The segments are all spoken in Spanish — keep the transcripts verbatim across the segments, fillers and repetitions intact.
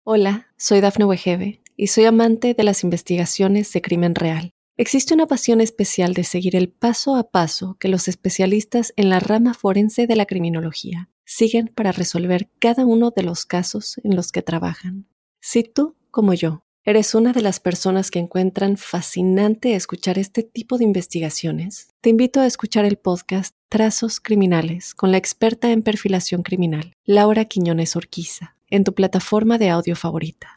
Hola, soy Dafne Wegebe y soy amante de las investigaciones de crimen real. Existe una pasión especial de seguir el paso a paso que los especialistas en la rama forense de la criminología siguen para resolver cada uno de los casos en los que trabajan. Si tú, como yo, eres una de las personas que encuentran fascinante escuchar este tipo de investigaciones, te invito a escuchar el podcast Trazos Criminales con la experta en perfilación criminal, Laura Quiñones Orquiza, en tu plataforma de audio favorita.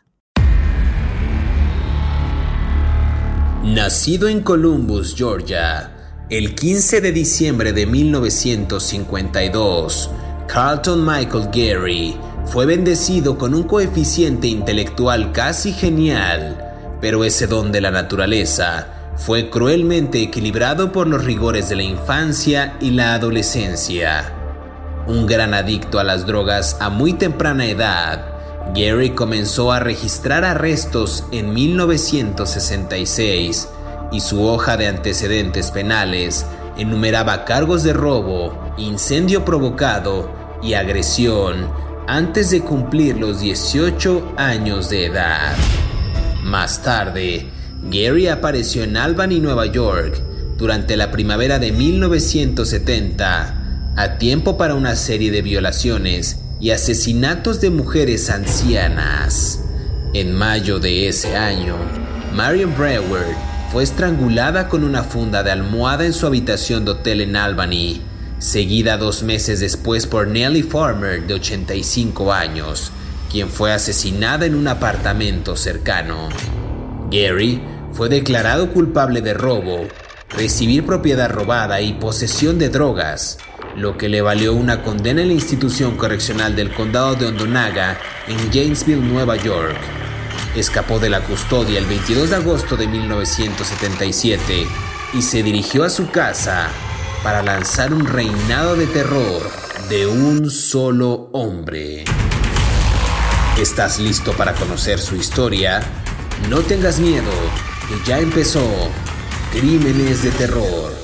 Nacido en Columbus, Georgia, el quince de diciembre de mil novecientos cincuenta y dos, Carlton Michael Gary fue bendecido con un coeficiente intelectual casi genial, pero ese don de la naturaleza fue cruelmente equilibrado por los rigores de la infancia y la adolescencia. Un gran adicto a las drogas a muy temprana edad, Gary comenzó a registrar arrestos en mil novecientos sesenta y seis y su hoja de antecedentes penales enumeraba cargos de robo, incendio provocado y agresión antes de cumplir los dieciocho años de edad. Más tarde, Gary apareció en Albany, Nueva York, durante la primavera de mil novecientos setenta, a tiempo para una serie de violaciones y asesinatos de mujeres ancianas. En mayo de ese año, Marion Brewer fue estrangulada con una funda de almohada en su habitación de hotel en Albany, seguida dos meses después por Nellie Farmer, de ochenta y cinco años, quien fue asesinada en un apartamento cercano. Gary fue declarado culpable de robo, recibir propiedad robada y posesión de drogas, lo que le valió una condena en la institución correccional del condado de Onondaga en Janesville, Nueva York. Escapó de la custodia el veintidós de agosto de mil novecientos setenta y siete y se dirigió a su casa para lanzar un reinado de terror de un solo hombre. ¿Estás listo para conocer su historia? No tengas miedo, que ya empezó Crímenes de Terror.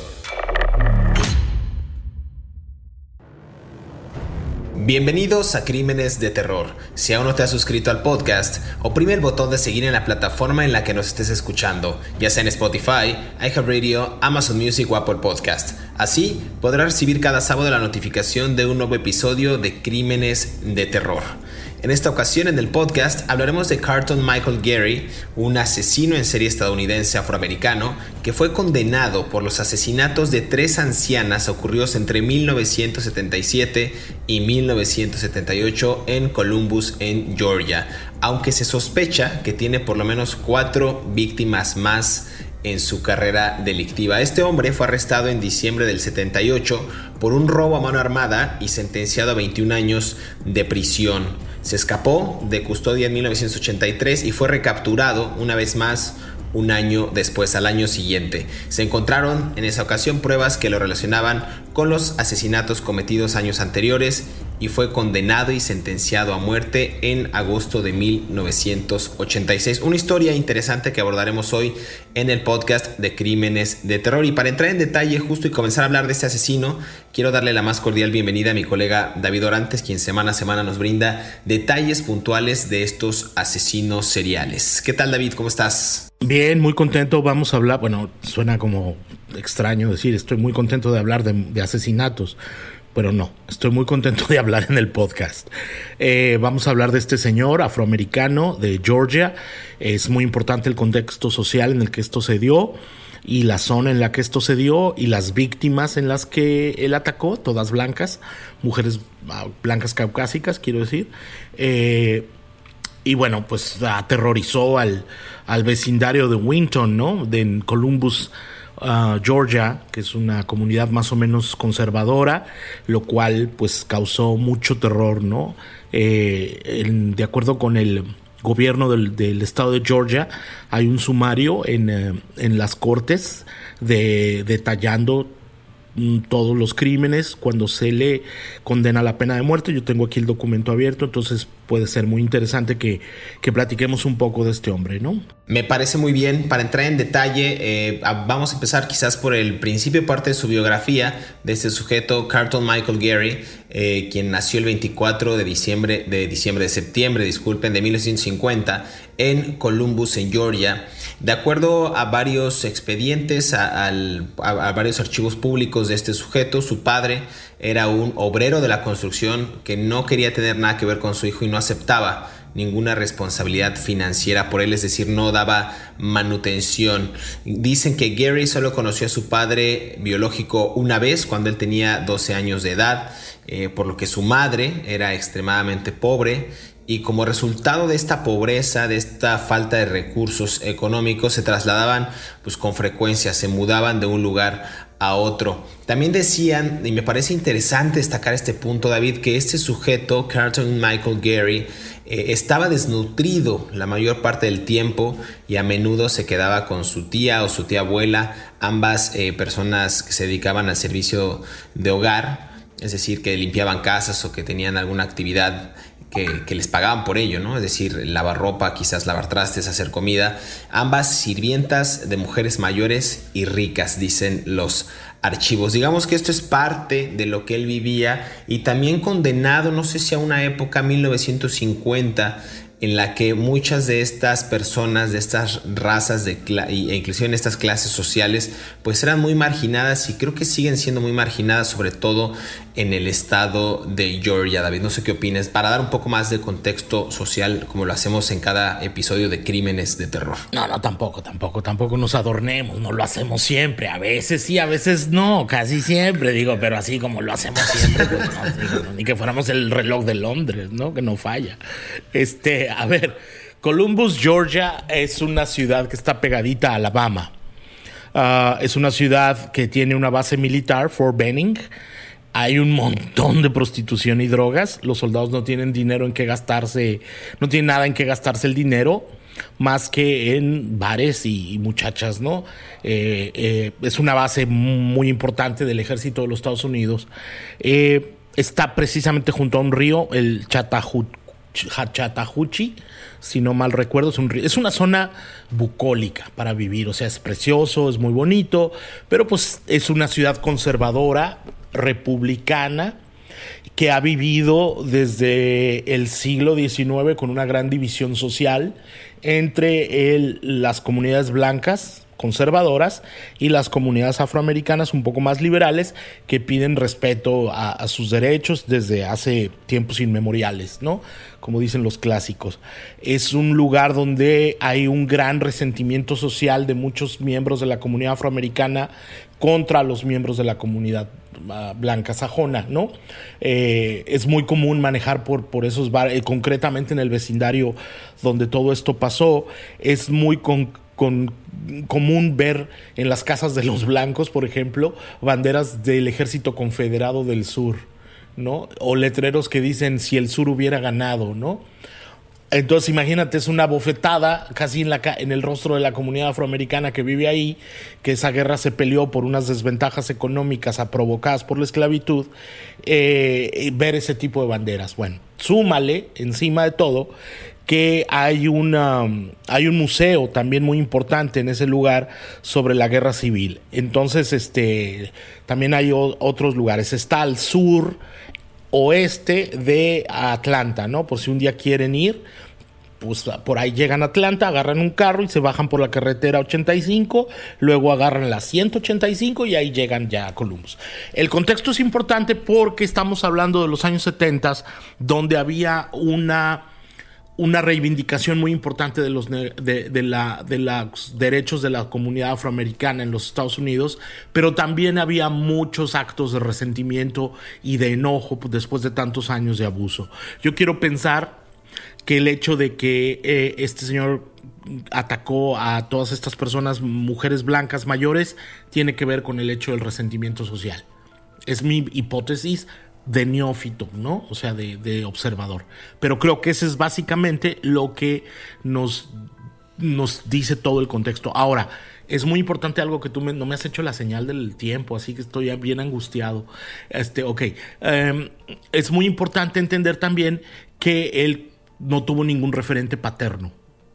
Bienvenidos a Crímenes de Terror. Si aún no te has suscrito al podcast, oprime el botón de seguir en la plataforma en la que nos estés escuchando, ya sea en Spotify, iHeartRadio, Amazon Music o Apple Podcast. Así podrás recibir cada sábado la notificación de un nuevo episodio de Crímenes de Terror. En esta ocasión en el podcast hablaremos de Carlton Michael Gary, un asesino en serie estadounidense afroamericano que fue condenado por los asesinatos de tres ancianas ocurridos entre mil novecientos setenta y siete y mil novecientos setenta y ocho en Columbus, en Georgia, aunque se sospecha que tiene por lo menos cuatro víctimas más en su carrera delictiva. Este hombre fue arrestado en diciembre del setenta y ocho por un robo a mano armada y sentenciado a veintiún años de prisión. Se escapó de custodia en mil novecientos ochenta y tres y fue recapturado una vez más un año después, al año siguiente. Se encontraron en esa ocasión pruebas que lo relacionaban con los asesinatos cometidos años anteriores y fue condenado y sentenciado a muerte en agosto de mil novecientos ochenta y seis. Una historia interesante que abordaremos hoy en el podcast de Crímenes de Terror. Y para entrar en detalle justo y comenzar a hablar de este asesino, quiero darle la más cordial bienvenida a mi colega David Orantes, quien semana a semana nos brinda detalles puntuales de estos asesinos seriales. ¿Qué tal, David? ¿Cómo estás? Bien, muy contento. Vamos a hablar, bueno, suena como extraño decir, estoy muy contento de hablar de, de asesinatos, pero no, estoy muy contento de hablar en el podcast. Eh, vamos a hablar de este señor afroamericano de Georgia. Es muy importante el contexto social en el que esto se dio y la zona en la que esto se dio y las víctimas en las que él atacó, todas blancas, mujeres blancas caucásicas, quiero decir. Eh, y bueno, pues aterrorizó al, al vecindario de Winton, ¿no? De en Columbus, Uh, Georgia, que es una comunidad más o menos conservadora, lo cual pues causó mucho terror, ¿no? Eh, en, de acuerdo con el gobierno del, del estado de Georgia, hay un sumario en, eh, en las cortes de, detallando mm, todos los crímenes cuando se le condena la pena de muerte. Yo tengo aquí el documento abierto, entonces puede ser muy interesante que, que platiquemos un poco de este hombre, ¿no? Me parece muy bien. Para entrar en detalle, eh, vamos a empezar quizás por el principio, parte de su biografía de este sujeto, Carlton Michael Gary, eh, quien nació el veinticuatro de diciembre, de diciembre, de septiembre, disculpen, de mil novecientos cincuenta en Columbus, en Georgia. De acuerdo a varios expedientes, a, al, a, a varios archivos públicos de este sujeto, su padre era un obrero de la construcción que no quería tener nada que ver con su hijo y no aceptaba ninguna responsabilidad financiera por él, es decir, no daba manutención. Dicen que Gary solo conoció a su padre biológico una vez, cuando él tenía doce años de edad, eh, por lo que su madre era extremadamente pobre. Y como resultado de esta pobreza, de esta falta de recursos económicos, se trasladaban pues con frecuencia, se mudaban de un lugar a otro. También decían, y me parece interesante destacar este punto, David, que este sujeto, Carlton Michael Gary, eh, estaba desnutrido la mayor parte del tiempo y a menudo se quedaba con su tía o su tía abuela, ambas eh, personas que se dedicaban al servicio de hogar, es decir, que limpiaban casas o que tenían alguna actividad Que, que les pagaban por ello, ¿no? Es decir, lavar ropa, quizás lavar trastes, hacer comida. Ambas sirvientas de mujeres mayores y ricas, dicen los archivos. Digamos que esto es parte de lo que él vivía y también condenado, no sé si a una época, mil novecientos cincuenta, en la que muchas de estas personas, de estas razas de cla- e inclusive en estas clases sociales, pues eran muy marginadas y creo que siguen siendo muy marginadas, sobre todo en el estado de Georgia. David, no sé qué opinas, para dar un poco más de contexto social, como lo hacemos en cada episodio de Crímenes de Terror. No, no, tampoco, tampoco, tampoco nos adornemos, no lo hacemos siempre, a veces sí, a veces no, casi siempre, digo, pero así como lo hacemos siempre, pues no, digo, no, ni que fuéramos el reloj de Londres, ¿no? Que no falla. Este, a ver, Columbus, Georgia es una ciudad que está pegadita a Alabama. Uh, es una ciudad que tiene una base militar, Fort Benning. Hay un montón de prostitución y drogas. Los soldados no tienen dinero en qué gastarse, no tienen nada en qué gastarse el dinero, más que en bares y, y muchachas, ¿no? Eh, eh, es una base muy importante del ejército de los Estados Unidos. Eh, está precisamente junto a un río, el Chattahoochee. Chattahoochee, si no mal recuerdo, es, un, es una zona bucólica para vivir, o sea, es precioso, es muy bonito, pero pues es una ciudad conservadora, republicana, que ha vivido desde el siglo diecinueve con una gran división social entre el, las comunidades blancas conservadoras y las comunidades afroamericanas un poco más liberales que piden respeto a, a sus derechos desde hace tiempos inmemoriales, ¿no? Como dicen los clásicos. Es un lugar donde hay un gran resentimiento social de muchos miembros de la comunidad afroamericana contra los miembros de la comunidad uh, blanca sajona, ¿no? Eh, es muy común manejar por, por esos bares, eh, concretamente en el vecindario donde todo esto pasó, es muy con Con, común ver en las casas de los blancos, por ejemplo, banderas del Ejército Confederado del Sur, ¿no? O letreros que dicen si el sur hubiera ganado, ¿no? Entonces imagínate, es una bofetada casi en, la, en el rostro de la comunidad afroamericana que vive ahí, que esa guerra se peleó por unas desventajas económicas provocadas por la esclavitud, eh, ver ese tipo de banderas. Bueno, súmale encima de todo que hay, una, hay un museo también muy importante en ese lugar sobre la guerra civil. Entonces, este, también hay o, otros lugares. Está al sur oeste de Atlanta, ¿no? Por si un día quieren ir, pues por ahí llegan a Atlanta, agarran un carro y se bajan por la carretera ochenta y cinco, luego agarran la ciento ochenta y cinco y ahí llegan ya a Columbus. El contexto es importante porque estamos hablando de los años setenta, donde había una... una reivindicación muy importante de los, de, de, la, de los derechos de la comunidad afroamericana en los Estados Unidos, pero también había muchos actos de resentimiento y de enojo después de tantos años de abuso. Yo quiero pensar que el hecho de que eh, este señor atacó a todas estas personas, mujeres blancas mayores, tiene que ver con el hecho del resentimiento social. Es mi hipótesis de neófito, ¿no? O sea, de, de observador. Pero creo que ese es básicamente lo que nos, nos dice todo el contexto. Ahora, es muy importante algo que tú me, no me has hecho la señal del tiempo, así que estoy bien angustiado. Este, ok. Um, es muy importante entender también que el no tuvo ningún referente paterno.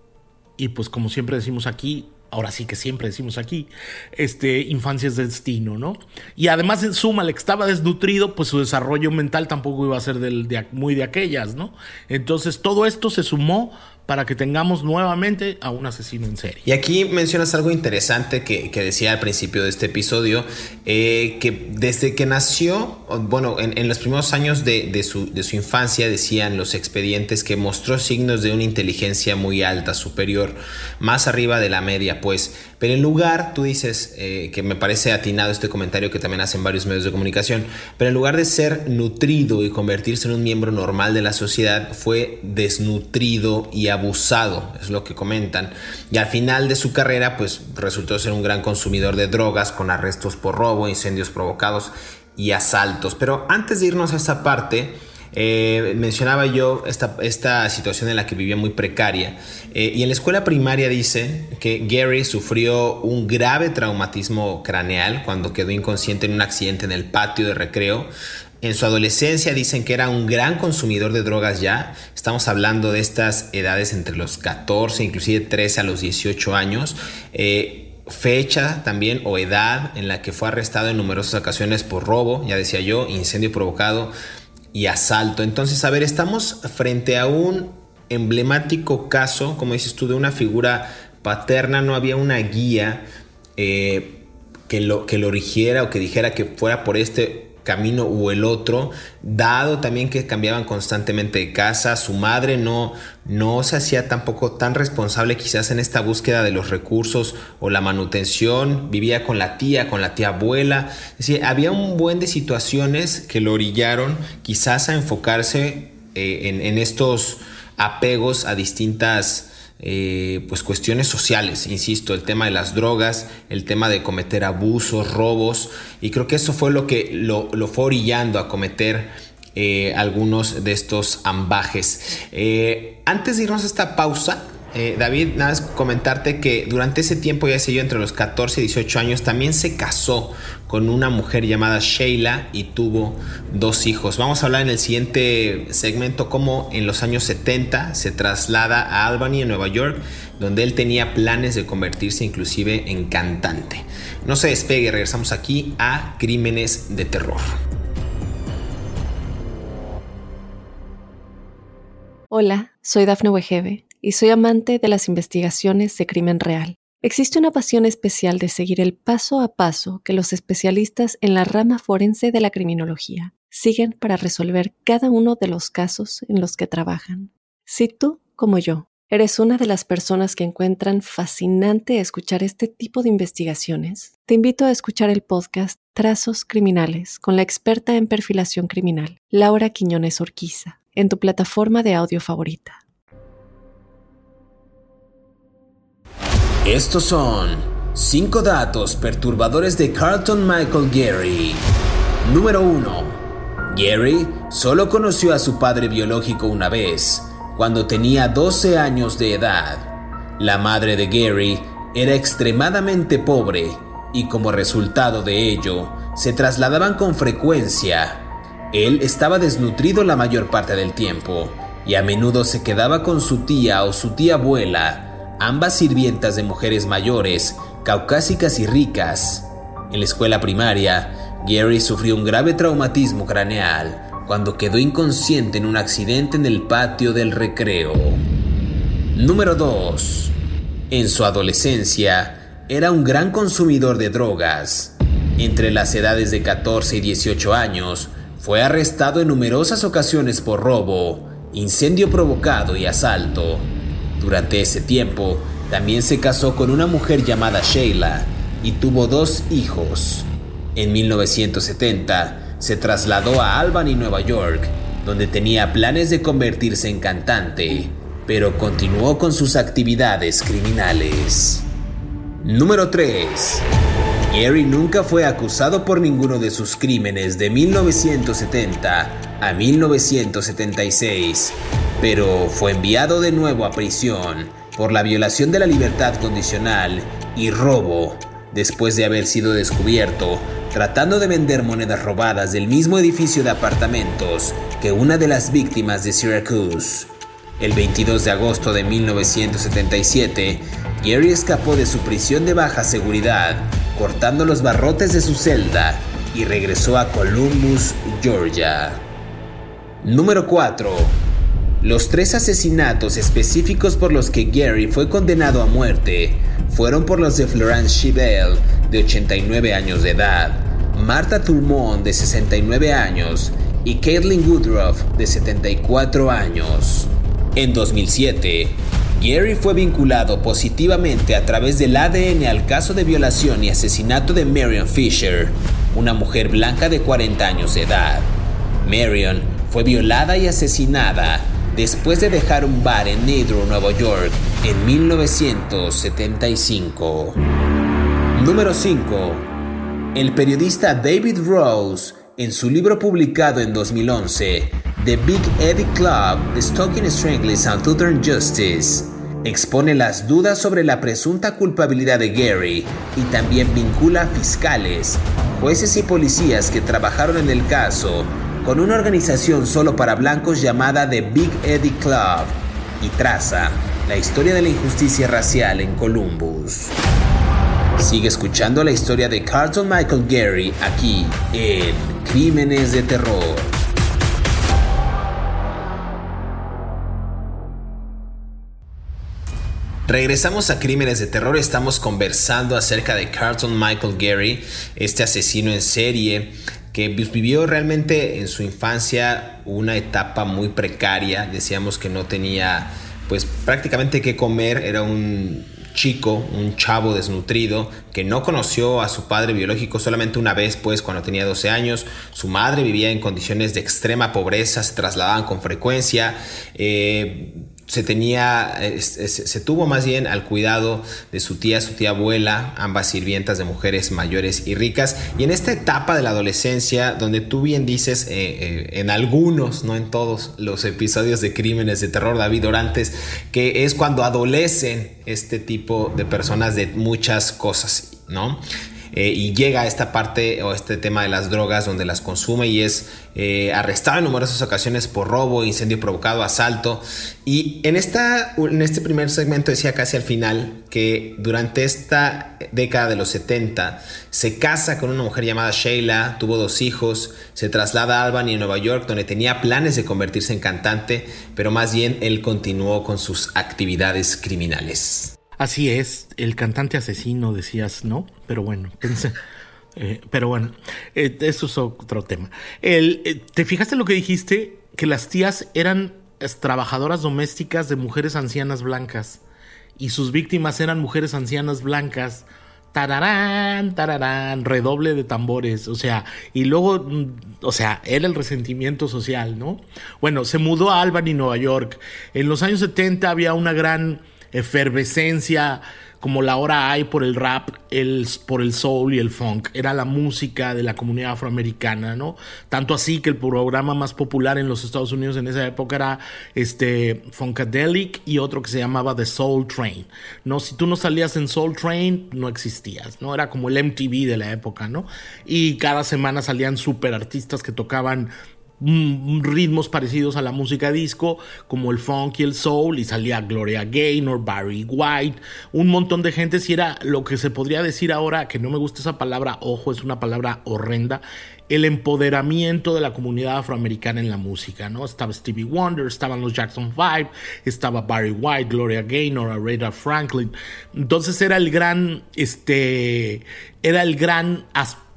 Y pues como siempre decimos aquí, ahora sí que siempre decimos aquí, este, infancia es destino, ¿no? Y además, en suma, el que estaba desnutrido, pues su desarrollo mental tampoco iba a ser del, de, muy de aquellas, ¿no? Entonces todo esto se sumó para que tengamos nuevamente a un asesino en serie. Y aquí mencionas algo interesante que, que decía al principio de este episodio, eh, que desde que nació, bueno, en, en los primeros años de, de, su, de su infancia, decían los expedientes que mostró signos de una inteligencia muy alta, superior, más arriba de la media, pues. Pero en lugar, tú dices, eh, que me parece atinado este comentario que también hacen varios medios de comunicación, pero en lugar de ser nutrido y convertirse en un miembro normal de la sociedad, fue desnutrido y abusado, es lo que comentan. Y al final de su carrera, pues resultó ser un gran consumidor de drogas, con arrestos por robo, incendios provocados y asaltos. Pero antes de irnos a esta parte, Eh, mencionaba yo esta, esta situación en la que vivía muy precaria, eh, y en la escuela primaria dice que Gary sufrió un grave traumatismo craneal cuando quedó inconsciente en un accidente en el patio de recreo. En su adolescencia dicen que era un gran consumidor de drogas ya. Estamos hablando de estas edades entre los catorce, inclusive trece a los dieciocho años. Eh, fecha también o edad en la que fue arrestado en numerosas ocasiones por robo, ya decía yo, incendio provocado y asalto. Entonces, a ver, estamos frente a un emblemático caso, como dices tú, de una figura paterna. No había una guía eh, que, lo, que lo rigiera o que dijera que fuera por este camino o el otro, dado también que cambiaban constantemente de casa. Su madre no, no se hacía tampoco tan responsable quizás en esta búsqueda de los recursos o la manutención. Vivía con la tía, con la tía abuela. Es decir, había un buen de situaciones que lo orillaron quizás a enfocarse eh, en, en estos apegos a distintas Eh, pues cuestiones sociales, insisto, el tema de las drogas, el tema de cometer abusos, robos, y creo que eso fue lo que lo, lo fue orillando a cometer eh, algunos de estos ambajes. Eh, antes de irnos a esta pausa, eh, David, nada más comentarte que durante ese tiempo, ya sé yo, entre los catorce y dieciocho años, también se casó con una mujer llamada Sheila y tuvo dos hijos. Vamos a hablar en el siguiente segmento cómo en los años setenta se traslada a Albany, en Nueva York, donde él tenía planes de convertirse inclusive en cantante. No se despegue, regresamos aquí a Crímenes de Terror. Hola, soy Dafne Wegebe y soy amante de las investigaciones de crimen real. Existe una pasión especial de seguir el paso a paso que los especialistas en la rama forense de la criminología siguen para resolver cada uno de los casos en los que trabajan. Si tú, como yo, eres una de las personas que encuentran fascinante escuchar este tipo de investigaciones, te invito a escuchar el podcast Trazos Criminales con la experta en perfilación criminal, Laura Quiñones Orquiza, en tu plataforma de audio favorita. Estos son cinco datos perturbadores de Carlton Michael Gary. Número uno. Gary solo conoció a su padre biológico una vez, cuando tenía doce años de edad. La madre de Gary era extremadamente pobre y como resultado de ello, se trasladaban con frecuencia. Él estaba desnutrido la mayor parte del tiempo y a menudo se quedaba con su tía o su tía abuela, ambas sirvientas de mujeres mayores, caucásicas y ricas. En la escuela primaria, Gary sufrió un grave traumatismo craneal cuando quedó inconsciente en un accidente en el patio del recreo. Número dos. En su adolescencia, era un gran consumidor de drogas. Entre las edades de catorce y dieciocho años, fue arrestado en numerosas ocasiones por robo, incendio provocado y asalto. Durante ese tiempo, también se casó con una mujer llamada Sheila y tuvo dos hijos. En mil novecientos setenta, se trasladó a Albany, Nueva York, donde tenía planes de convertirse en cantante, pero continuó con sus actividades criminales. Número tres. Gary nunca fue acusado por ninguno de sus crímenes de mil novecientos setenta a mil novecientos setenta y seis, pero fue enviado de nuevo a prisión por la violación de la libertad condicional y robo, después de haber sido descubierto tratando de vender monedas robadas del mismo edificio de apartamentos que una de las víctimas de Syracuse. El veintidós de agosto de mil novecientos setenta y siete, Gary escapó de su prisión de baja seguridad, cortando los barrotes de su celda, y regresó a Columbus, Georgia. Número cuatro. Los tres asesinatos específicos por los que Gary fue condenado a muerte fueron por los de Florence Shebel, de ochenta y nueve años de edad, Martha Thurmond, de sesenta y nueve años, y Caitlin Woodruff, de setenta y cuatro años. En dos mil siete, Gary fue vinculado positivamente a través del A D N al caso de violación y asesinato de Marion Fisher, una mujer blanca de cuarenta años de edad. Marion fue violada y asesinada después de dejar un bar en Nitro, Nueva York, en mil novecientos setenta y cinco. Número cinco. El periodista David Rose, en su libro publicado en dos mil once, The Big Eddie Club, The Stalking Stranglers and Southern Justice, expone las dudas sobre la presunta culpabilidad de Gary y también vincula a fiscales, jueces y policías que trabajaron en el caso con una organización solo para blancos llamada The Big Eddie Club, y traza la historia de la injusticia racial en Columbus. Sigue escuchando la historia de Carlton Michael Gary aquí en Crímenes de Terror. Regresamos a Crímenes de Terror. Estamos conversando acerca de Carlton Michael Gary, este asesino en serie que vivió realmente en su infancia una etapa muy precaria. Decíamos que no tenía pues prácticamente qué comer. Era un chico, un chavo desnutrido que no conoció a su padre biológico solamente una vez, pues cuando tenía doce años. Su madre vivía en condiciones de extrema pobreza, se trasladaban con frecuencia. Eh, se tenía, eh, se, se tuvo más bien al cuidado de su tía, su tía abuela, ambas sirvientas de mujeres mayores y ricas. Y en esta etapa de la adolescencia, donde tú bien dices, eh, eh, en algunos, no en todos los episodios de Crímenes de Terror, David Orantes, que es cuando adolecen este tipo de personas de muchas cosas, ¿no? Eh, y llega a esta parte o este tema de las drogas, donde las consume y es eh, arrestado en numerosas ocasiones por robo, incendio provocado, asalto. Y en, esta, en este primer segmento decía casi al final que durante esta década de los setenta se casa con una mujer llamada Sheila, tuvo dos hijos, se traslada a Albany, en Nueva York, donde tenía planes de convertirse en cantante, pero más bien él continuó con sus actividades criminales. Así es, el cantante asesino decías, ¿no? Pero bueno, pensé, eh, pero bueno, eh, eso es otro tema. El, eh, ¿Te fijaste lo que dijiste? Que las tías eran trabajadoras domésticas de mujeres ancianas blancas y sus víctimas eran mujeres ancianas blancas. Tararán, tararán, redoble de tambores, o sea, y luego, o sea, era el resentimiento social, ¿no? Bueno, se mudó a Albany, Nueva York. En los años setenta había una gran efervescencia, como la hora hay por el rap, el, por el soul y el funk. Era la música de la comunidad afroamericana, ¿no? Tanto así que el programa más popular en los Estados Unidos en esa época era este Funkadelic y otro que se llamaba The Soul Train, ¿no? Si tú no salías en Soul Train, no existías, ¿no? Era como el M T V de la época, ¿no? Y cada semana salían super artistas que tocaban ritmos parecidos a la música disco, como el funk y el soul, y salía Gloria Gaynor, Barry White, un montón de gente. Si era lo que se podría decir ahora, que no me gusta esa palabra, ojo, es una palabra horrenda, el empoderamiento de la comunidad afroamericana en la música, ¿no? Estaba Stevie Wonder, estaban los Jackson Five, estaba Barry White, Gloria Gaynor, Aretha Franklin. Entonces era el gran, este, era el gran aspecto,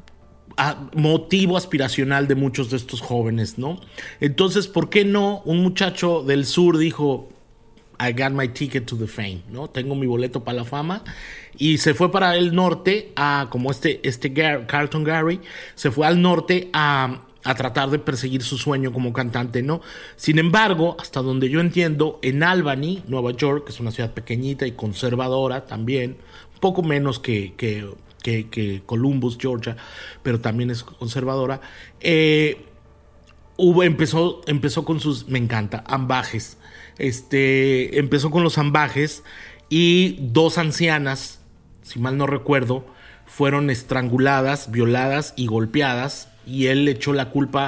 motivo aspiracional de muchos de estos jóvenes, ¿no? Entonces, ¿por qué no? Un muchacho del sur dijo, I got my ticket to the fame, ¿no? Tengo mi boleto para la fama. Y se fue para el norte, a, como este, este Gar- Carlton Gary, se fue al norte a, a tratar de perseguir su sueño como cantante, ¿no? Sin embargo, hasta donde yo entiendo, en Albany, Nueva York, que es una ciudad pequeñita y conservadora también, un poco menos que... que Que, que Columbus, Georgia, pero también es conservadora. Eh, hubo, empezó, empezó con sus, me encanta, ambajes. Este, empezó con los ambajes y dos ancianas, si mal no recuerdo, fueron estranguladas, violadas y golpeadas, y él le echó la culpa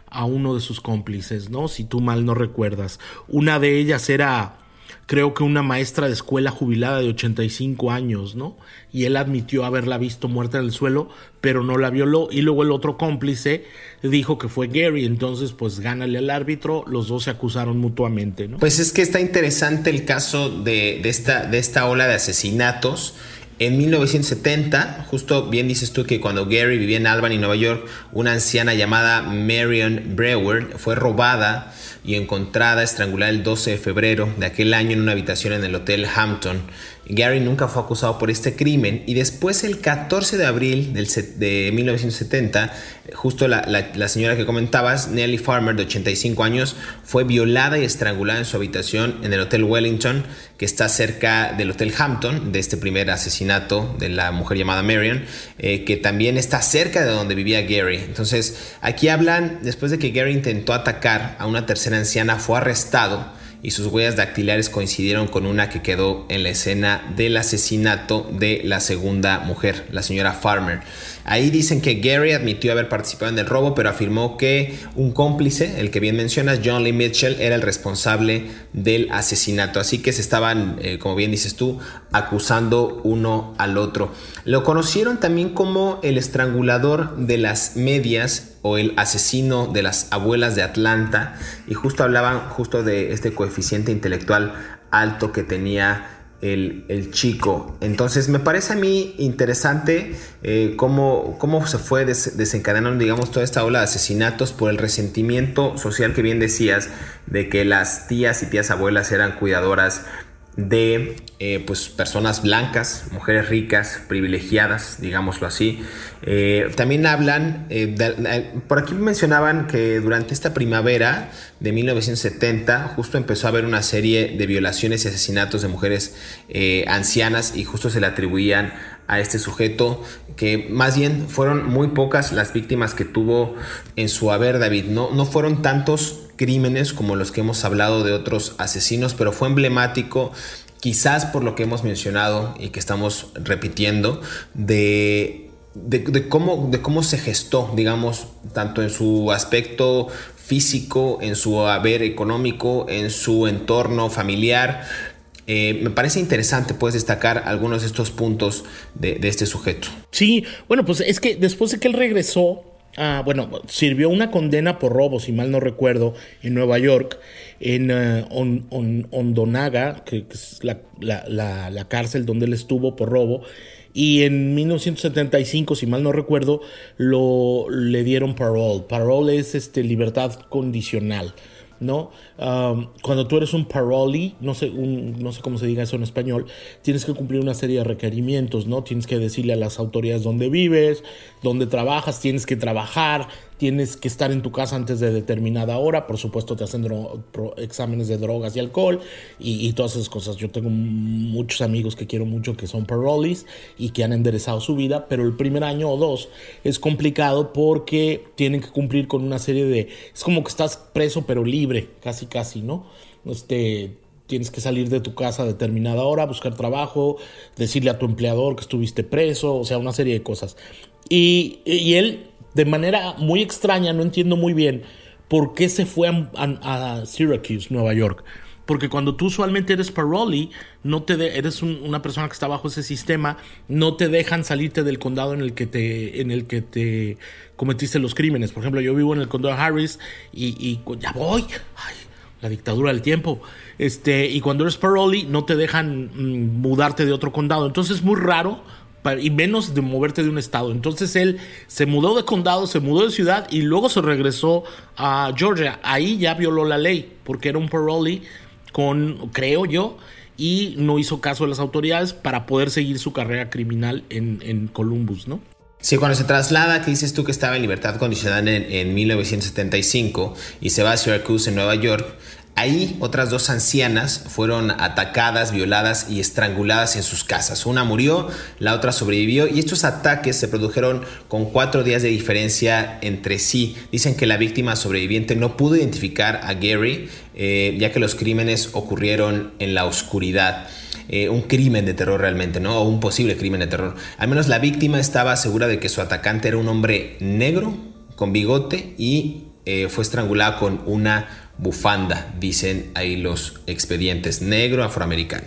a uno de sus cómplices, ¿no? Si tú mal no recuerdas. Una de ellas era, creo que una maestra de escuela jubilada de ochenta y cinco años, ¿no? Y él admitió haberla visto muerta en el suelo, pero no la violó. Y luego el otro cómplice dijo que fue Gary. Entonces, pues, gánale al árbitro. Los dos se acusaron mutuamente, ¿no? Pues es que está interesante el caso de, de, esta, de esta ola de asesinatos. En mil novecientos setenta, justo bien dices tú que cuando Gary vivía en Albany, Nueva York, una anciana llamada Marion Brewer fue robada y encontrada estrangulada el doce de febrero de aquel año en una habitación en el Hotel Hampton. Gary nunca fue acusado por este crimen y después el catorce de abril del, de mil novecientos setenta, justo la, la, la señora que comentabas, Nellie Farmer, de ochenta y cinco años, fue violada y estrangulada en su habitación en el Hotel Wellington, que está cerca del Hotel Hampton, de este primer asesinato de la mujer llamada Marion, eh, que también está cerca de donde vivía Gary. Entonces, aquí hablan, después de que Gary intentó atacar a una tercera anciana, fue arrestado y sus huellas dactilares coincidieron con una que quedó en la escena del asesinato de la segunda mujer, la señora Farmer. Ahí dicen que Gary admitió haber participado en el robo, pero afirmó que un cómplice, el que bien mencionas, John Lee Mitchell, era el responsable del asesinato. Así que se estaban, eh, como bien dices tú, acusando uno al otro. Lo conocieron también como el estrangulador de las medias o el asesino de las abuelas de Atlanta, y justo hablaban justo de este coeficiente intelectual alto que tenía el, el chico. Entonces me parece a mí interesante eh, cómo, cómo se fue des, desencadenando, digamos, toda esta ola de asesinatos por el resentimiento social que bien decías, de que las tías y tías abuelas eran cuidadoras de eh, pues personas blancas, mujeres ricas, privilegiadas, digámoslo así. Eh, también hablan, eh, de, de, por aquí mencionaban que durante esta primavera de mil novecientos setenta justo empezó a haber una serie de violaciones y asesinatos de mujeres eh, ancianas, y justo se le atribuían a este sujeto, que más bien fueron muy pocas las víctimas que tuvo en su haber, David. No, no fueron tantos crímenes como los que hemos hablado de otros asesinos, pero fue emblemático, quizás por lo que hemos mencionado y que estamos repitiendo, de, de, de, cómo, de cómo se gestó, digamos, tanto en su aspecto físico, en su haber económico, en su entorno familiar. Eh, me parece interesante, puedes destacar algunos de estos puntos de, de este sujeto. Sí, bueno, pues es que después de que él regresó, ah, bueno, sirvió una condena por robo, si mal no recuerdo, en Nueva York, en uh, on, on, Ondonaga, que, que es la, la, la, la cárcel donde él estuvo por robo. Y en mil novecientos setenta y cinco, si mal no recuerdo, lo, le dieron parole. Parole es este, libertad condicional, ¿no? Um, cuando tú eres un parolee, no sé, un, no sé cómo se diga eso en español, tienes que cumplir una serie de requerimientos, ¿no? Tienes que decirle a las autoridades dónde vives, dónde trabajas, tienes que trabajar, tienes que estar en tu casa antes de determinada hora, por supuesto te hacen dro- pro- exámenes de drogas y alcohol y, y todas esas cosas. Yo tengo muchos amigos que quiero mucho que son parolees y que han enderezado su vida, pero el primer año o dos es complicado porque tienen que cumplir con una serie de... Es como que estás preso pero libre, casi casi, ¿no? Este... Tienes que salir de tu casa a determinada hora, buscar trabajo, decirle a tu empleador que estuviste preso, o sea, una serie de cosas. Y, y él, de manera muy extraña, no entiendo muy bien por qué se fue a, a, a Syracuse, Nueva York. Porque cuando tú usualmente eres parolee, no te de, eres un, una persona que está bajo ese sistema, no te dejan salirte del condado en el que te, en el que te cometiste los crímenes. Por ejemplo, yo vivo en el condado de Harris y, y ya voy... Ay, la dictadura del tiempo. Este, y cuando eres parolee no te dejan mm, mudarte de otro condado. Entonces es muy raro, para, y menos de moverte de un estado. Entonces él se mudó de condado, se mudó de ciudad y luego se regresó a Georgia. Ahí ya violó la ley porque era un parolee con, creo yo, y no hizo caso de las autoridades para poder seguir su carrera criminal en, en Columbus, ¿no? Sí, cuando se traslada, que dices tú que estaba en libertad condicional en, en mil novecientos setenta y cinco y se va a Syracuse, en Nueva York, ahí otras dos ancianas fueron atacadas, violadas y estranguladas en sus casas. Una murió, la otra sobrevivió, y estos ataques se produjeron con cuatro días de diferencia entre sí. Dicen que la víctima sobreviviente no pudo identificar a Gary, eh, ya que los crímenes ocurrieron en la oscuridad. Eh, un crimen de terror realmente, ¿no? O un posible crimen de terror. Al menos la víctima estaba segura de que su atacante era un hombre negro, con bigote y eh, fue estrangulada con una bufanda, dicen ahí los expedientes, negro afroamericano.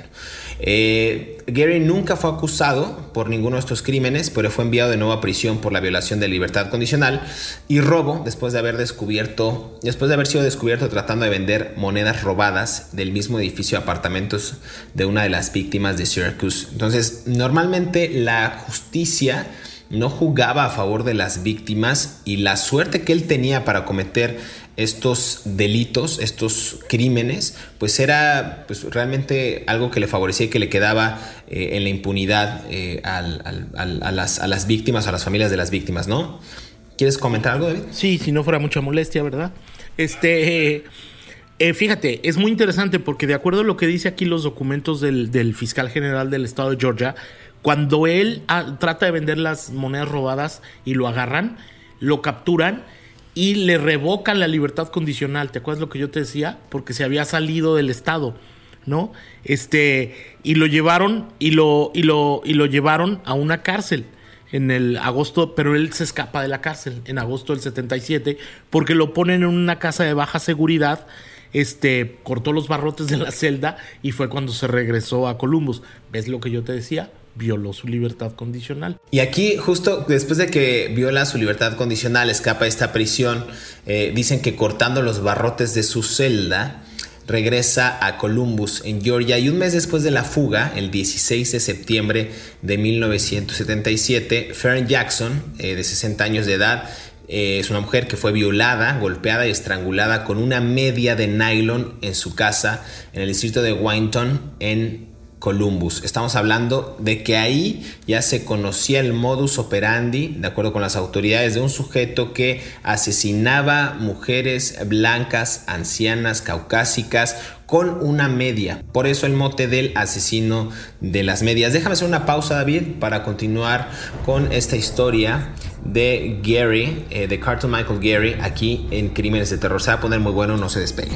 Eh, Gary nunca fue acusado por ninguno de estos crímenes, pero fue enviado de nuevo a prisión por la violación de libertad condicional y robo después de haber descubierto, después de haber sido descubierto tratando de vender monedas robadas del mismo edificio de apartamentos de una de las víctimas de Syracuse. Entonces, normalmente la justicia no jugaba a favor de las víctimas y la suerte que él tenía para cometer estos delitos, estos crímenes, pues era pues, realmente algo que le favorecía y que le quedaba eh, en la impunidad eh, al, al, al, a, las, a las víctimas, a las familias de las víctimas, ¿no? ¿Quieres comentar algo, David? Sí, si no fuera mucha molestia, ¿verdad? Este, eh, eh, fíjate, es muy interesante porque de acuerdo a lo que dice aquí los documentos del, del fiscal general del estado de Georgia, cuando él ah, trata de vender las monedas robadas y lo agarran, lo capturan y le revocan la libertad condicional. ¿Te acuerdas lo que yo te decía? Porque se había salido del estado, ¿no? Este, y lo llevaron y lo, y lo, y lo llevaron a una cárcel en el agosto, pero él se escapa de la cárcel en agosto del setenta y siete porque lo ponen en una casa de baja seguridad. Este, cortó los barrotes de la celda y fue cuando se regresó a Columbus. ¿Ves lo que yo te decía? Violó su libertad condicional. Y aquí, justo después de que viola su libertad condicional, escapa de esta prisión, eh, dicen que cortando los barrotes de su celda, regresa a Columbus, en Georgia, y un mes después de la fuga, el dieciséis de septiembre de mil novecientos setenta y siete, Fern Jackson, eh, de sesenta años de edad, eh, es una mujer que fue violada, golpeada y estrangulada con una media de nylon en su casa en el distrito de Wynton, en Columbus. Estamos hablando de que ahí ya se conocía el modus operandi, de acuerdo con las autoridades, de un sujeto que asesinaba mujeres blancas, ancianas, caucásicas, con una media. Por eso el mote del asesino de las medias. Déjame hacer una pausa, David, para continuar con esta historia de Gary, eh, de Carlton Michael Gary, aquí en Crímenes de Terror. Se va a poner muy bueno, no se despegue.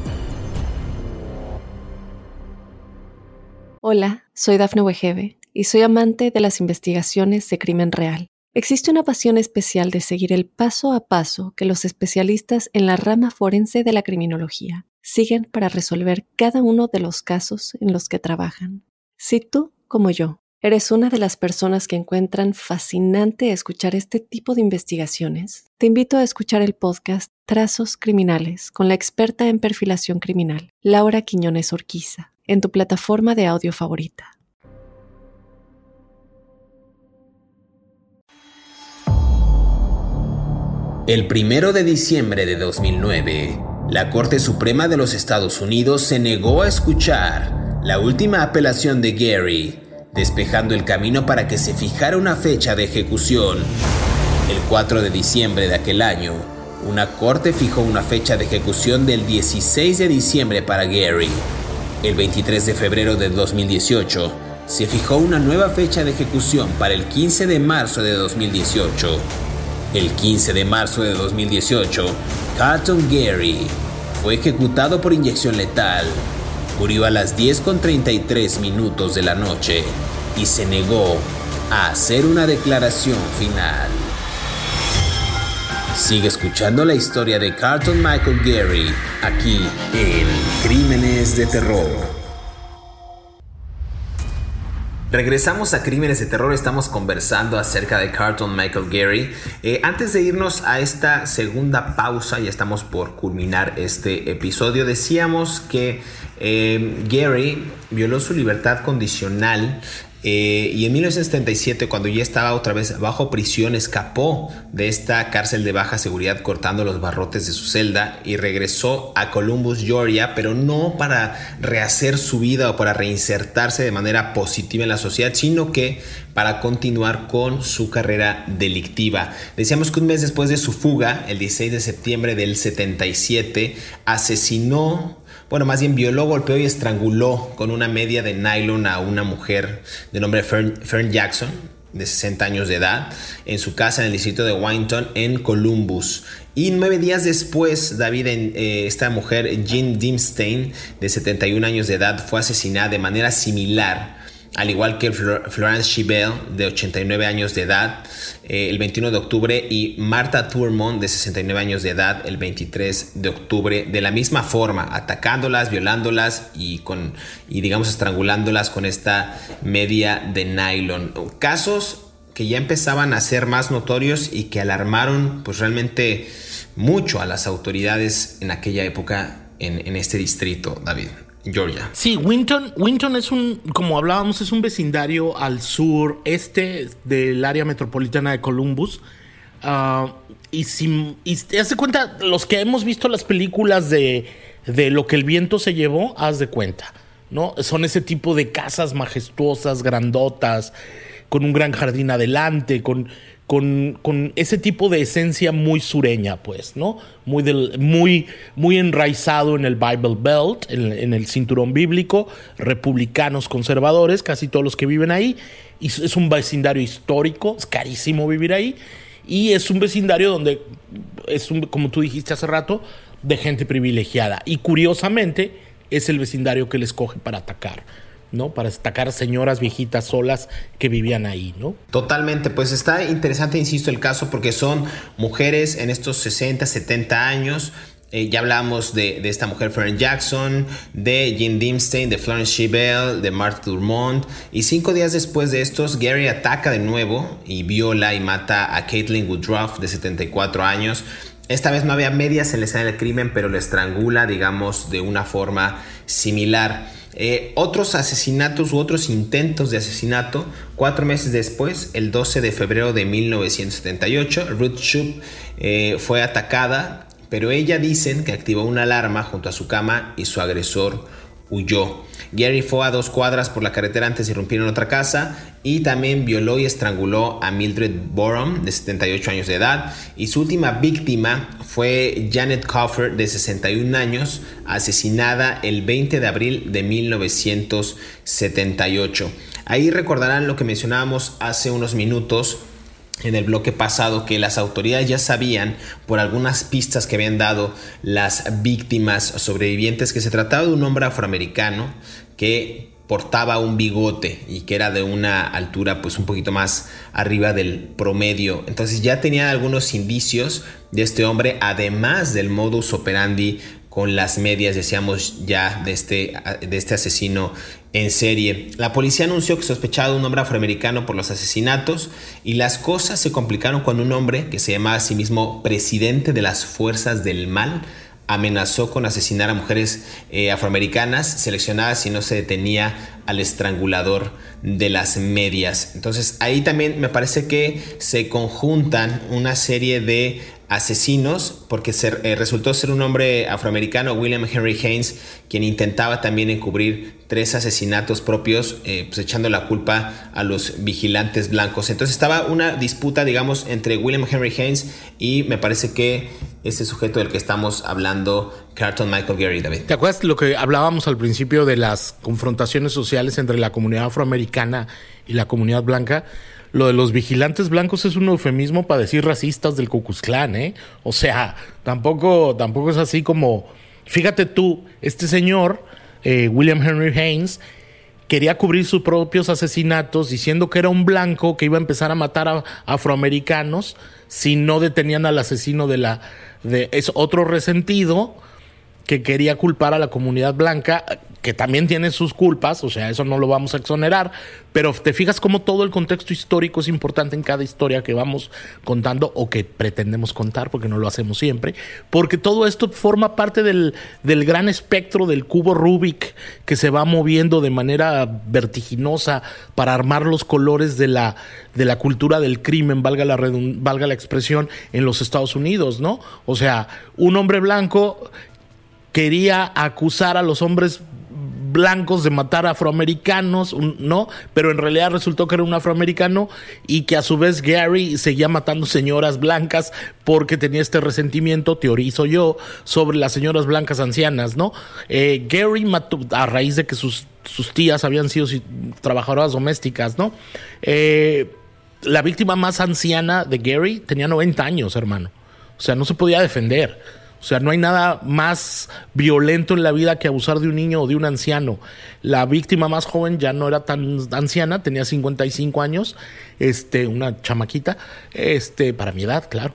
Hola, soy Dafne Wegebe y soy amante de las investigaciones de crimen real. Existe una pasión especial de seguir el paso a paso que los especialistas en la rama forense de la criminología siguen para resolver cada uno de los casos en los que trabajan. Si tú, como yo, eres una de las personas que encuentran fascinante escuchar este tipo de investigaciones, te invito a escuchar el podcast Trazos Criminales con la experta en perfilación criminal, Laura Quiñones Orquiza, en tu plataforma de audio favorita. El primero de diciembre de dos mil nueve, la Corte Suprema de los Estados Unidos se negó a escuchar la última apelación de Gary, despejando el camino para que se fijara una fecha de ejecución. El cuatro de diciembre de aquel año, una corte fijó una fecha de ejecución del dieciséis de diciembre para Gary. El veintitrés de febrero de dos mil dieciocho, se fijó una nueva fecha de ejecución para el quince de marzo de dos mil dieciocho. El quince de marzo de dos mil dieciocho, Carlton Gary fue ejecutado por inyección letal. Murió a las diez con treinta y tres minutos de la noche y se negó a hacer una declaración final. Sigue escuchando la historia de Carlton Michael Gary aquí en Crímenes de Terror. Regresamos a Crímenes de Terror, estamos conversando acerca de Carlton Michael Gary. Eh, antes de irnos a esta segunda pausa, ya estamos por culminar este episodio, decíamos que eh, Gary violó su libertad condicional. Eh, y en mil novecientos setenta y siete, cuando ya estaba otra vez bajo prisión, escapó de esta cárcel de baja seguridad cortando los barrotes de su celda y regresó a Columbus, Georgia, pero no para rehacer su vida o para reinsertarse de manera positiva en la sociedad, sino que para continuar con su carrera delictiva. Decíamos que un mes después de su fuga, el dieciséis de septiembre del setenta y siete, asesinó... Bueno, más bien violó, golpeó y estranguló con una media de nylon a una mujer de nombre Fern, Fern Jackson, de sesenta años de edad, en su casa en el distrito de Wynton, en Columbus. Y nueve días después, David, eh, esta mujer, Jean Dimstein, de setenta y un años de edad, fue asesinada de manera similar al igual que Flor- Florence Shebel, de ochenta y nueve años de edad, eh, el veintiuno de octubre, y Martha Thurmond, de sesenta y nueve años de edad, el veintitrés de octubre, de la misma forma, atacándolas, violándolas y, con, y digamos estrangulándolas con esta media de nylon. Casos que ya empezaban a ser más notorios y que alarmaron pues realmente mucho a las autoridades en aquella época en, en este distrito, David, Georgia. Sí, Winton, Winton es un, como hablábamos, es un vecindario al sur este del área metropolitana de Columbus. Uh, y si y te das cuenta, los que hemos visto las películas de, de Lo que el viento se llevó, haz de cuenta, ¿no? Son ese tipo de casas majestuosas, grandotas, con un gran jardín adelante, con, con, con ese tipo de esencia muy sureña, pues, ¿no? Muy, del, muy, muy enraizado en el Bible Belt, en, en el cinturón bíblico, republicanos conservadores, casi todos los que viven ahí. Y es un vecindario histórico, es carísimo vivir ahí. Y es un vecindario donde, es un, como tú dijiste hace rato, de gente privilegiada. Y curiosamente, es el vecindario que les coge para atacar, ¿no? Para atacar a señoras viejitas solas que vivían ahí, ¿no? Totalmente, pues está interesante, insisto, el caso porque son mujeres en estos sesenta, setenta años. Eh, ya hablamos de, de esta mujer, Fern Jackson, de Jean Dimstein, de Florence Shebel, de Martha Thurmond. Y cinco días después de estos, Gary ataca de nuevo y viola y mata a Caitlin Woodruff, de setenta y cuatro años. Esta vez no había medias en la escena del crimen, pero lo estrangula, digamos, de una forma similar. Eh, otros asesinatos u otros intentos de asesinato, cuatro meses después, el doce de febrero de mil novecientos setenta y ocho, Ruth Shoup eh, fue atacada, pero ella dicen que activó una alarma junto a su cama y su agresor huyó. Gary fue a dos cuadras por la carretera antes de irrumpir en otra casa y también violó y estranguló a Mildred Borom, de setenta y ocho años de edad, y su última víctima fue Janet Coffer, de sesenta y un años, asesinada el veinte de abril de mil novecientos setenta y ocho. Ahí recordarán lo que mencionábamos hace unos minutos en el bloque pasado, que las autoridades ya sabían por algunas pistas que habían dado las víctimas sobrevivientes que se trataba de un hombre afroamericano que portaba un bigote y que era de una altura pues un poquito más arriba del promedio. Entonces ya tenían algunos indicios de este hombre, además del modus operandi con las medias, decíamos ya, de este, de este asesino en serie. La policía anunció que sospechaba de un hombre afroamericano por los asesinatos y las cosas se complicaron cuando un hombre que se llamaba a sí mismo presidente de las fuerzas del mal amenazó con asesinar a mujeres eh, afroamericanas seleccionadas si no se detenía al estrangulador de las medias. Entonces ahí también me parece que se conjuntan una serie de asesinos, porque se, eh, resultó ser un hombre afroamericano, William Henry Haynes, quien intentaba también encubrir tres asesinatos propios, eh, pues echando la culpa a los vigilantes blancos. Entonces estaba una disputa, digamos, entre William Henry Haynes y me parece que este sujeto del que estamos hablando, Carlton Michael Gary, David. ¿Te acuerdas lo que hablábamos al principio de las confrontaciones sociales entre la comunidad afroamericana y la comunidad blanca? Lo de los vigilantes blancos es un eufemismo para decir racistas del Ku Klux Klan, ¿eh? O sea, tampoco, tampoco es así como... Fíjate tú, este señor, eh, William Henry Haynes, quería cubrir sus propios asesinatos diciendo que era un blanco que iba a empezar a matar a afroamericanos si no detenían al asesino de la... De, es otro resentido que quería culpar a la comunidad blanca, que también tiene sus culpas, o sea, eso no lo vamos a exonerar, pero te fijas cómo todo el contexto histórico es importante en cada historia que vamos contando o que pretendemos contar, porque no lo hacemos siempre, porque todo esto forma parte del, del gran espectro del cubo Rubik que se va moviendo de manera vertiginosa para armar los colores de la, de la cultura del crimen, valga la, redund- valga la expresión, en los Estados Unidos, ¿no? O sea, un hombre blanco quería acusar a los hombres blancos de matar a afroamericanos, ¿no? Pero en realidad resultó que era un afroamericano y que a su vez Gary seguía matando señoras blancas porque tenía este resentimiento, teorizo yo, sobre las señoras blancas ancianas, ¿no? Eh, Gary mató a raíz de que sus, sus tías habían sido trabajadoras domésticas, ¿no? Eh, la víctima más anciana de Gary tenía noventa años, hermano. O sea, no se podía defender. O sea, no hay nada más violento en la vida que abusar de un niño o de un anciano. La víctima más joven ya no era tan anciana, tenía cincuenta y cinco años, este, una chamaquita, este, para mi edad, claro.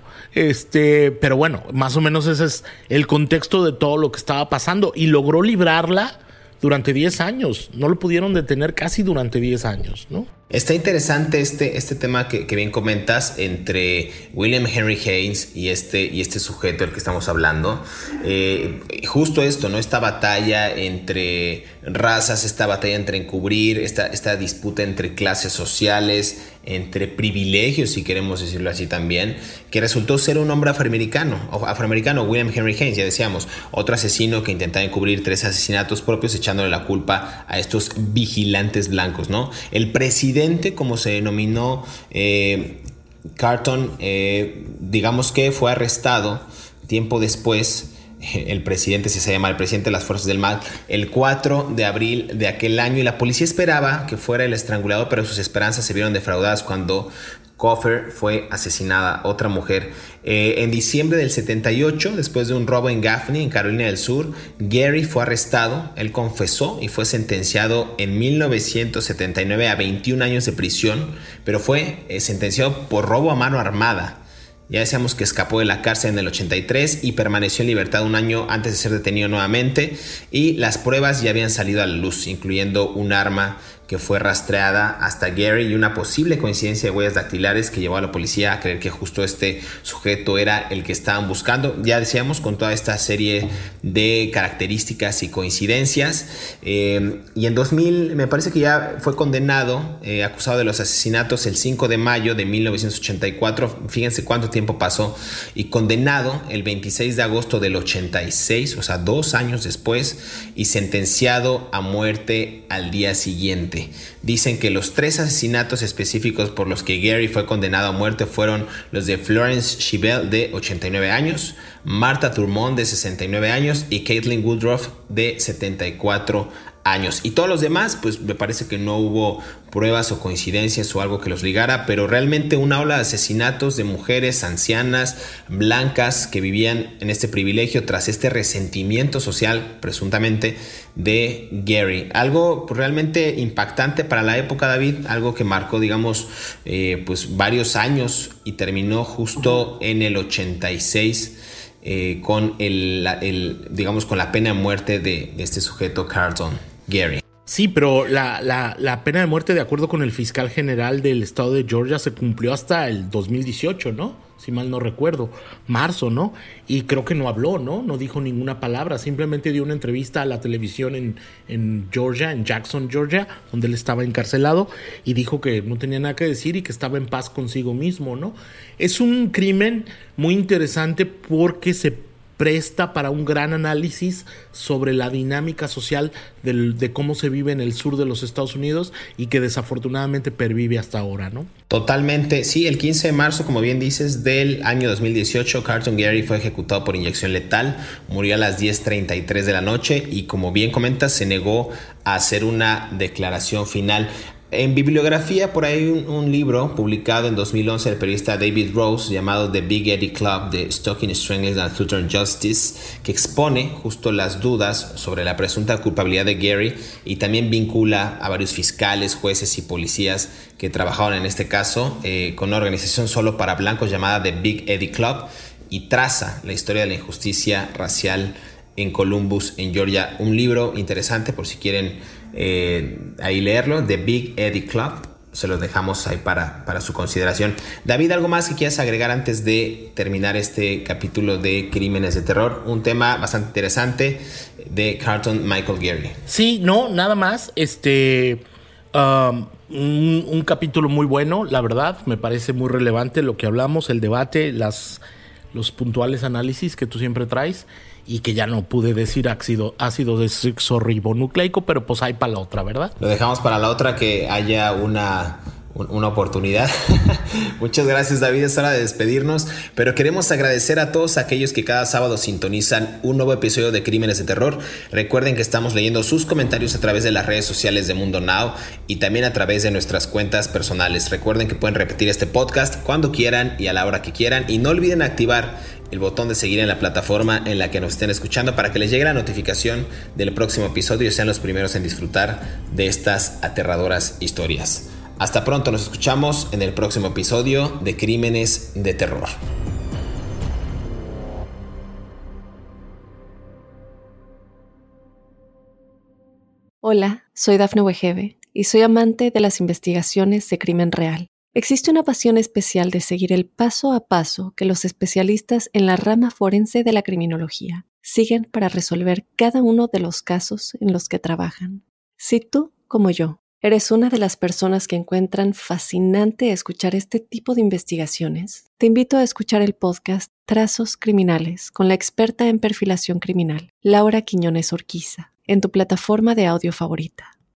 Este, pero bueno, más o menos ese es el contexto de todo lo que estaba pasando y logró librarla durante diez años. No lo pudieron detener casi durante diez años, ¿no? Está interesante este, este tema que, que bien comentas entre William Henry Haynes y este, y este sujeto del que estamos hablando. Eh, justo esto, ¿no? Esta batalla entre razas, esta batalla entre encubrir, esta, esta disputa entre clases sociales, entre privilegios, si queremos decirlo así también, que resultó ser un hombre afroamericano, afroamericano, William Henry Haynes, ya decíamos, otro asesino que intentaba encubrir tres asesinatos propios echándole la culpa a estos vigilantes blancos, ¿no? El presidente, como se denominó eh, Carlton, eh, digamos que fue arrestado tiempo después. El presidente, si se llama el presidente de las fuerzas del mal, el cuatro de abril de aquel año, y la policía esperaba que fuera el estrangulador, pero sus esperanzas se vieron defraudadas cuando Coffer fue asesinada, otra mujer. Eh, en diciembre del setenta y ocho, después de un robo en Gaffney, en Carolina del Sur, Gary fue arrestado, él confesó y fue sentenciado en mil novecientos setenta y nueve a veintiún años de prisión, pero fue eh, sentenciado por robo a mano armada. Ya decíamos que escapó de la cárcel en el ochenta y tres y permaneció en libertad un año antes de ser detenido nuevamente, y las pruebas ya habían salido a la luz, incluyendo un arma que fue rastreada hasta Gary y una posible coincidencia de huellas dactilares que llevó a la policía a creer que justo este sujeto era el que estaban buscando. Ya decíamos, con toda esta serie de características y coincidencias. Eh, y en dos mil me parece que ya fue condenado, eh, acusado de los asesinatos el cinco de mayo de mil novecientos ochenta y cuatro. Fíjense cuánto tiempo pasó. Y condenado el veintiséis de agosto del ochenta y seis, o sea, dos años después, y sentenciado a muerte al día siguiente. Dicen que los tres asesinatos específicos por los que Gary fue condenado a muerte fueron los de Florence Shibell, de ochenta y nueve años, Martha Thurmond, de sesenta y nueve años, y Caitlin Woodruff, de setenta y cuatro años. Y todos los demás, pues me parece que no hubo pruebas o coincidencias o algo que los ligara, pero realmente una ola de asesinatos de mujeres ancianas, blancas, que vivían en este privilegio tras este resentimiento social, presuntamente, de Gary. Algo pues, realmente impactante para la época, David, algo que marcó, digamos, eh, pues varios años y terminó justo en el ochenta y seis. Eh, con el, el, digamos, con la pena de muerte de, de este sujeto, Carlton Gary. Sí, pero la, la, la pena de muerte, de acuerdo con el fiscal general del estado de Georgia, se cumplió hasta el dos mil dieciocho, ¿no? Si mal no recuerdo, marzo, ¿no? Y creo que no habló, ¿no? No dijo ninguna palabra, simplemente dio una entrevista a la televisión en, en Georgia, en Jackson, Georgia, donde él estaba encarcelado, y dijo que no tenía nada que decir y que estaba en paz consigo mismo, ¿no? Es un crimen muy interesante porque se presta para un gran análisis sobre la dinámica social del, de cómo se vive en el sur de los Estados Unidos y que desafortunadamente pervive hasta ahora, ¿no? Totalmente, sí, el quince de marzo, como bien dices, del año dos mil dieciocho, Carlton Gary fue ejecutado por inyección letal, murió a las diez treinta y tres de la noche y, como bien comentas, se negó a hacer una declaración final. En bibliografía, por ahí un, un libro publicado en dos mil once del periodista David Rose llamado The Big Eddie Club, de Stalking, Strangling and Southern Justice, que expone justo las dudas sobre la presunta culpabilidad de Gary y también vincula a varios fiscales, jueces y policías que trabajaron en este caso eh, con una organización solo para blancos llamada The Big Eddie Club, y traza la historia de la injusticia racial en Columbus, en Georgia. Un libro interesante por si quieren Eh, ahí leerlo, The Big Eddie Club. Se los dejamos ahí para, para su consideración. David, ¿algo más que quieras agregar antes de terminar este capítulo de Crímenes de Terror? Un tema bastante interesante de Carlton Michael Gary. Sí, no, nada más. Este um, un, un capítulo muy bueno, la verdad. Me parece muy relevante lo que hablamos, el debate, las, los puntuales análisis que tú siempre traes. Y que ya no pude decir ácido, ácido desoxirribonucleico, pero pues hay para la otra, ¿verdad? Lo dejamos para la otra, que haya una una oportunidad. Muchas gracias, David, es hora de despedirnos, pero queremos agradecer a todos aquellos que cada sábado sintonizan un nuevo episodio de Crímenes de Terror. Recuerden que estamos leyendo sus comentarios a través de las redes sociales de Mundo Now y también a través de nuestras cuentas personales. Recuerden que pueden repetir este podcast cuando quieran y a la hora que quieran, y no olviden activar el botón de seguir en la plataforma en la que nos estén escuchando para que les llegue la notificación del próximo episodio y sean los primeros en disfrutar de estas aterradoras historias. Hasta pronto, nos escuchamos en el próximo episodio de Crímenes de Terror. Hola, soy Dafne Wegebe y soy amante de las investigaciones de crimen real. Existe una pasión especial de seguir el paso a paso que los especialistas en la rama forense de la criminología siguen para resolver cada uno de los casos en los que trabajan. Si tú, como yo, ¿eres una de las personas que encuentran fascinante escuchar este tipo de investigaciones? Te invito a escuchar el podcast Trazos Criminales con la experta en perfilación criminal, Laura Quiñones Orquiza, en tu plataforma de audio favorita.